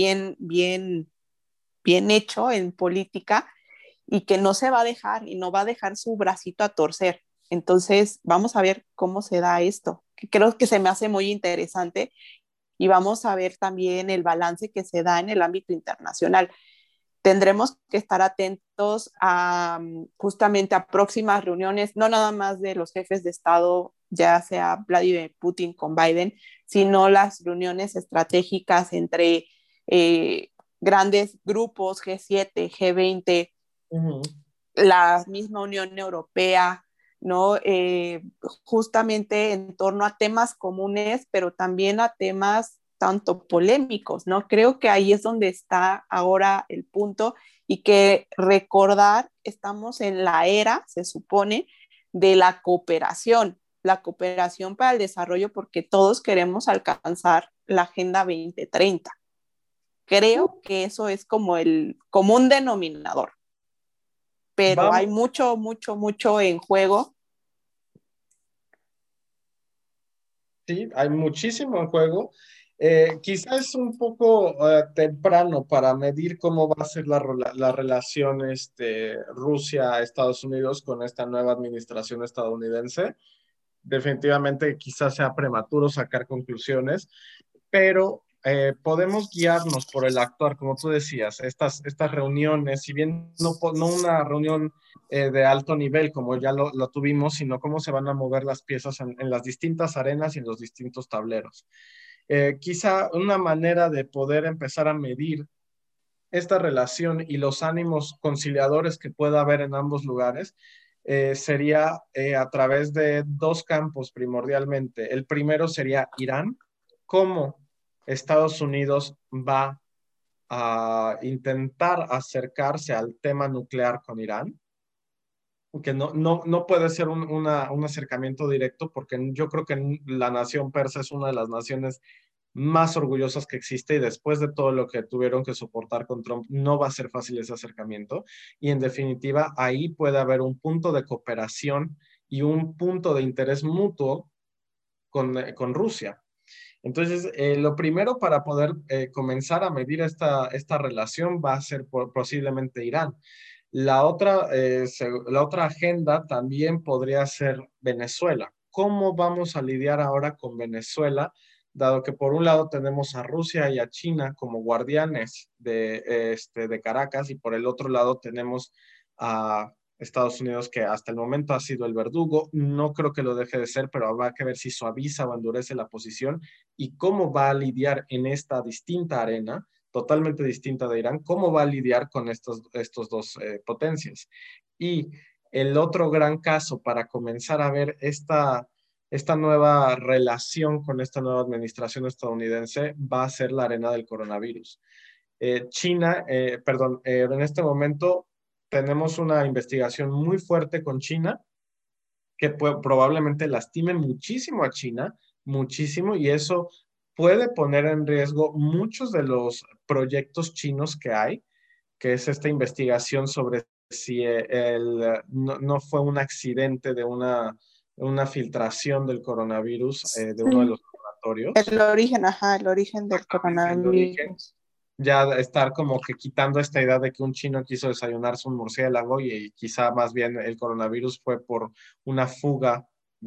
bien hecho en política y que no se va a dejar y no va a dejar su bracito a torcer. Entonces, vamos a ver cómo se da esto, que creo que se me hace muy interesante y vamos a ver también el balance que se da en el ámbito internacional. Tendremos que estar atentos a justamente a próximas reuniones, no nada más de los jefes de Estado, ya sea Vladimir Putin con Biden, sino las reuniones estratégicas entre grandes grupos, G7, G20, uh-huh. la misma Unión Europea, ¿no? Justamente en torno a temas comunes, pero también a temas tanto polémicos, ¿no? Creo que ahí es donde está ahora el punto y que recordar, estamos en la era, se supone, de la cooperación para el desarrollo, porque todos queremos alcanzar la Agenda 2030. Creo que eso es como el común denominador, pero hay Vamos, mucho en juego. sí, hay muchísimo en juego. Quizás es un poco temprano para medir cómo va a ser la relación Rusia-Estados Unidos con esta nueva administración estadounidense. Definitivamente quizás sea prematuro sacar conclusiones, pero podemos guiarnos por el actuar, como tú decías, estas reuniones, si bien no una reunión de alto nivel como ya lo tuvimos, sino cómo se van a mover las piezas en las distintas arenas y en los distintos tableros. Quizá una manera de poder empezar a medir esta relación y los ánimos conciliadores que pueda haber en ambos lugares sería a través de dos campos primordialmente. El primero sería Irán, cómo Estados Unidos va a intentar acercarse al tema nuclear con Irán. que no puede ser un acercamiento directo, porque yo creo que la nación persa es una de las naciones más orgullosas que existe y después de todo lo que tuvieron que soportar con Trump, no va a ser fácil ese acercamiento y en definitiva ahí puede haber un punto de cooperación y un punto de interés mutuo con Rusia. Entonces, lo primero para poder comenzar a medir esta relación va a ser posiblemente Irán. La otra agenda también podría ser Venezuela. ¿Cómo vamos a lidiar ahora con Venezuela, dado que por un lado tenemos a Rusia y a China como guardianes de Caracas y por el otro lado tenemos a Estados Unidos, que hasta el momento ha sido el verdugo? No creo que lo deje de ser, pero habrá que ver si suaviza o endurece la posición y cómo va a lidiar en esta distinta arena, totalmente distinta de Irán, cómo va a lidiar con estos dos potencias. Y el otro gran caso para comenzar a ver esta nueva relación con esta nueva administración estadounidense va a ser la arena del coronavirus. En este momento tenemos una investigación muy fuerte con China que probablemente lastime muchísimo a China, muchísimo, y eso puede poner en riesgo muchos de los proyectos chinos que hay, que es esta investigación sobre si no fue un accidente de una filtración del coronavirus de uno de Sí. los laboratorios. El origen, ajá, el origen del Exactamente, el origen, coronavirus. ya estar como que quitando esta idea de que un chino quiso desayunarse un murciélago y quizá más bien el coronavirus fue por una fuga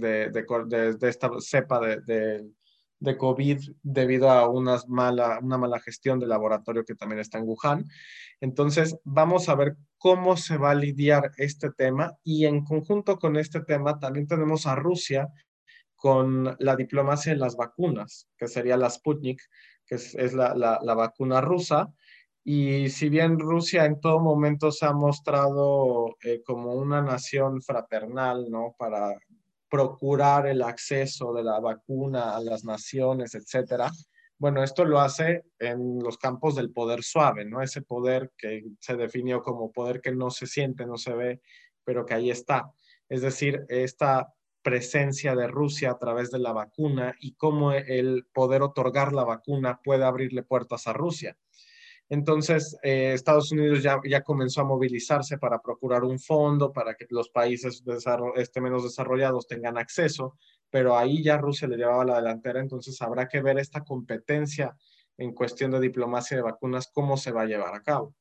de esta cepa de COVID debido a una mala gestión del laboratorio que también está en Wuhan. Entonces, vamos a ver cómo se va a lidiar este tema y en conjunto con este tema también tenemos a Rusia con la diplomacia en las vacunas, que sería la Sputnik, que es la vacuna rusa. Y si bien Rusia en todo momento se ha mostrado como una nación fraternal, ¿no? Para procurar el acceso de la vacuna a las naciones, etcétera. Bueno, esto lo hace en los campos del poder suave, ¿no? Ese poder que se definió como poder que no se siente, no se ve, pero que ahí está. Es decir, esta presencia de Rusia a través de la vacuna y cómo el poder otorgar la vacuna puede abrirle puertas a Rusia. Entonces, Estados Unidos ya comenzó a movilizarse para procurar un fondo para que los países menos desarrollados tengan acceso, pero ahí ya Rusia le llevaba la delantera, entonces habrá que ver esta competencia en cuestión de diplomacia de vacunas, cómo se va a llevar a cabo.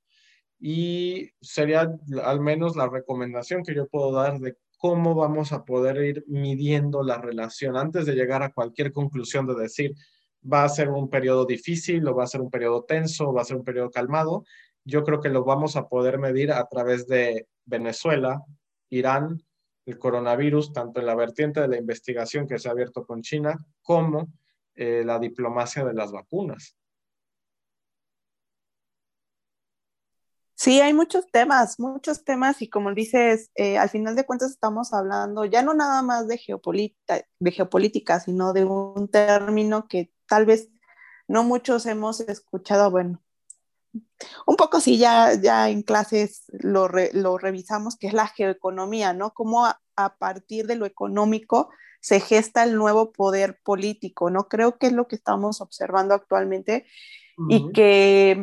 Y sería al menos la recomendación que yo puedo dar de cómo vamos a poder ir midiendo la relación antes de llegar a cualquier conclusión de decir va a ser un periodo difícil o va a ser un periodo tenso o va a ser un periodo calmado. Yo creo que lo vamos a poder medir a través de Venezuela, Irán, el coronavirus, tanto en la vertiente de la investigación que se ha abierto con China como la diplomacia de las vacunas. Sí, hay muchos temas y como dices, al final de cuentas estamos hablando ya no nada más de geopolítica, sino de un término que tal vez no muchos hemos escuchado, bueno, un poco sí, ya en clases lo revisamos, que es la geoeconomía, ¿no? Cómo a partir de lo económico se gesta el nuevo poder político, ¿no? Creo que es lo que estamos observando actualmente y que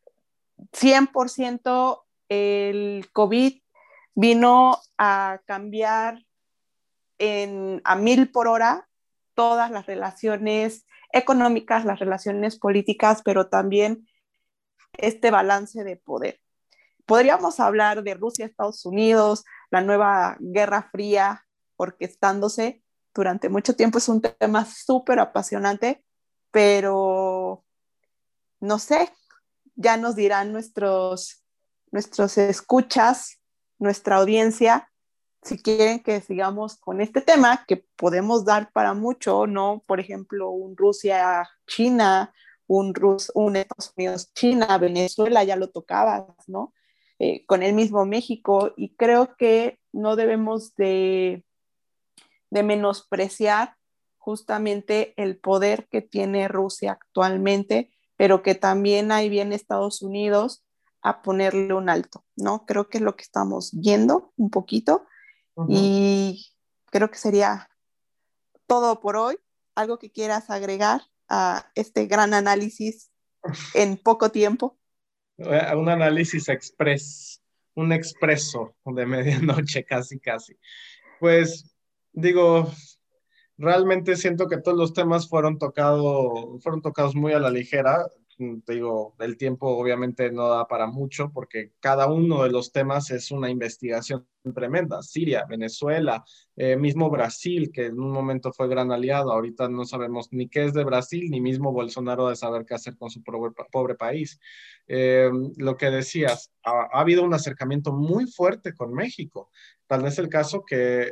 100% el COVID vino a cambiar a 1000 por hora todas las relaciones económicas, las relaciones políticas, pero también este balance de poder. Podríamos hablar de Rusia, Estados Unidos, la nueva Guerra Fría orquestándose durante mucho tiempo. Es un tema súper apasionante, pero no sé, ya nos dirán nuestros escuchas, nuestra audiencia, si quieren que sigamos con este tema, que podemos dar para mucho, ¿no? Por ejemplo, un Rusia-China, un Estados Unidos-China, Venezuela, ya lo tocabas, ¿no? Con el mismo México, y creo que no debemos de menospreciar justamente el poder que tiene Rusia actualmente, pero que también ahí viene Estados Unidos a ponerle un alto, ¿no? Creo que es lo que estamos viendo un poquito Ujú. Y creo que sería todo por hoy. ¿Algo que quieras agregar a este gran análisis en poco tiempo? Un análisis express, un expreso de medianoche, casi, casi. Pues digo, realmente siento que todos los temas fueron tocados muy a la ligera. Te digo, el tiempo obviamente no da para mucho porque cada uno de los temas es una investigación tremenda. Siria, Venezuela, mismo Brasil, que en un momento fue gran aliado, ahorita no sabemos ni qué es de Brasil, ni mismo Bolsonaro de saber qué hacer con su pobre país. Eh, lo que decías, ha habido un acercamiento muy fuerte con México. Tal vez el caso que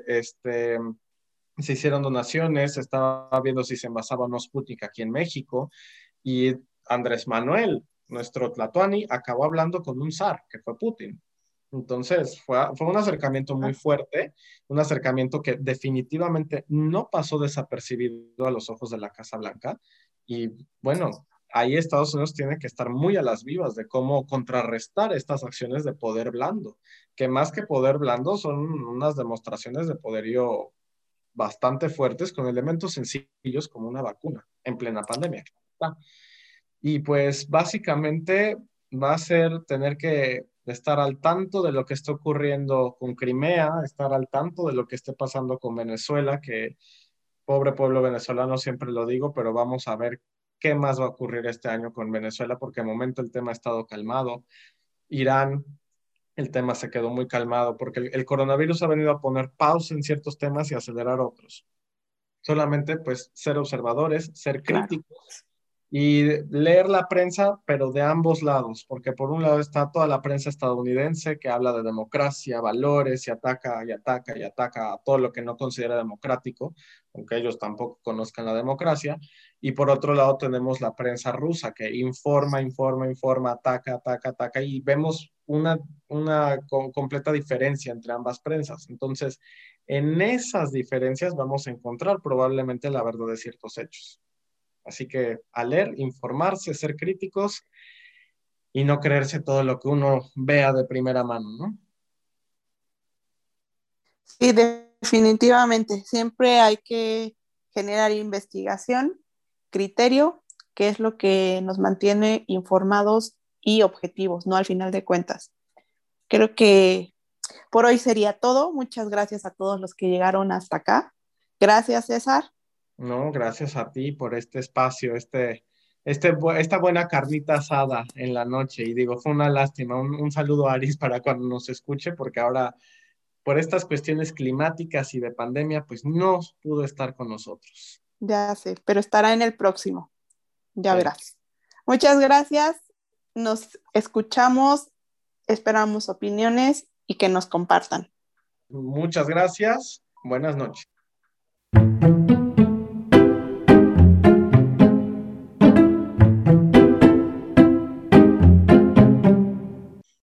se hicieron donaciones, se estaba viendo si se envasaba o no Sputnik aquí en México, y Andrés Manuel, nuestro Tlatuani, acabó hablando con un zar, que fue Putin. Entonces, fue un acercamiento muy fuerte, un acercamiento que definitivamente no pasó desapercibido a los ojos de la Casa Blanca. Y bueno, ahí Estados Unidos tiene que estar muy a las vivas de cómo contrarrestar estas acciones de poder blando, que más que poder blando son unas demostraciones de poderío bastante fuertes con elementos sencillos como una vacuna en plena pandemia. Y pues básicamente va a ser tener que estar al tanto de lo que está ocurriendo con Crimea, estar al tanto de lo que esté pasando con Venezuela, que pobre pueblo venezolano, siempre lo digo, pero vamos a ver qué más va a ocurrir este año con Venezuela, porque de momento el tema ha estado calmado. Irán, el tema se quedó muy calmado, porque el coronavirus ha venido a poner pausa en ciertos temas y acelerar otros. Solamente pues ser observadores, ser Claro. críticos y leer la prensa, pero de ambos lados, porque por un lado está toda la prensa estadounidense que habla de democracia, valores y ataca y ataca y ataca a todo lo que no considera democrático, aunque ellos tampoco conozcan la democracia, y por otro lado tenemos la prensa rusa que informa, informa, informa, ataca, ataca, ataca, y vemos una completa diferencia entre ambas prensas. Entonces, en esas diferencias vamos a encontrar probablemente la verdad de ciertos hechos. Así que a leer, informarse, ser críticos y no creerse todo lo que uno vea de primera mano, ¿no? Sí, definitivamente. Siempre hay que generar investigación, criterio, que es lo que nos mantiene informados y objetivos, ¿no? Al final de cuentas. Creo que por hoy sería todo. Muchas gracias a todos los que llegaron hasta acá. Gracias, César. No, gracias a ti por este espacio, esta buena carnita asada en la noche. Y digo, fue una lástima. Un saludo a Aris para cuando nos escuche, porque ahora, por estas cuestiones climáticas y de pandemia, pues no pudo estar con nosotros. Ya sé, pero estará en el próximo. Ya Sí. verás. Muchas gracias. Nos escuchamos. Esperamos opiniones y que nos compartan. Muchas gracias. Buenas noches.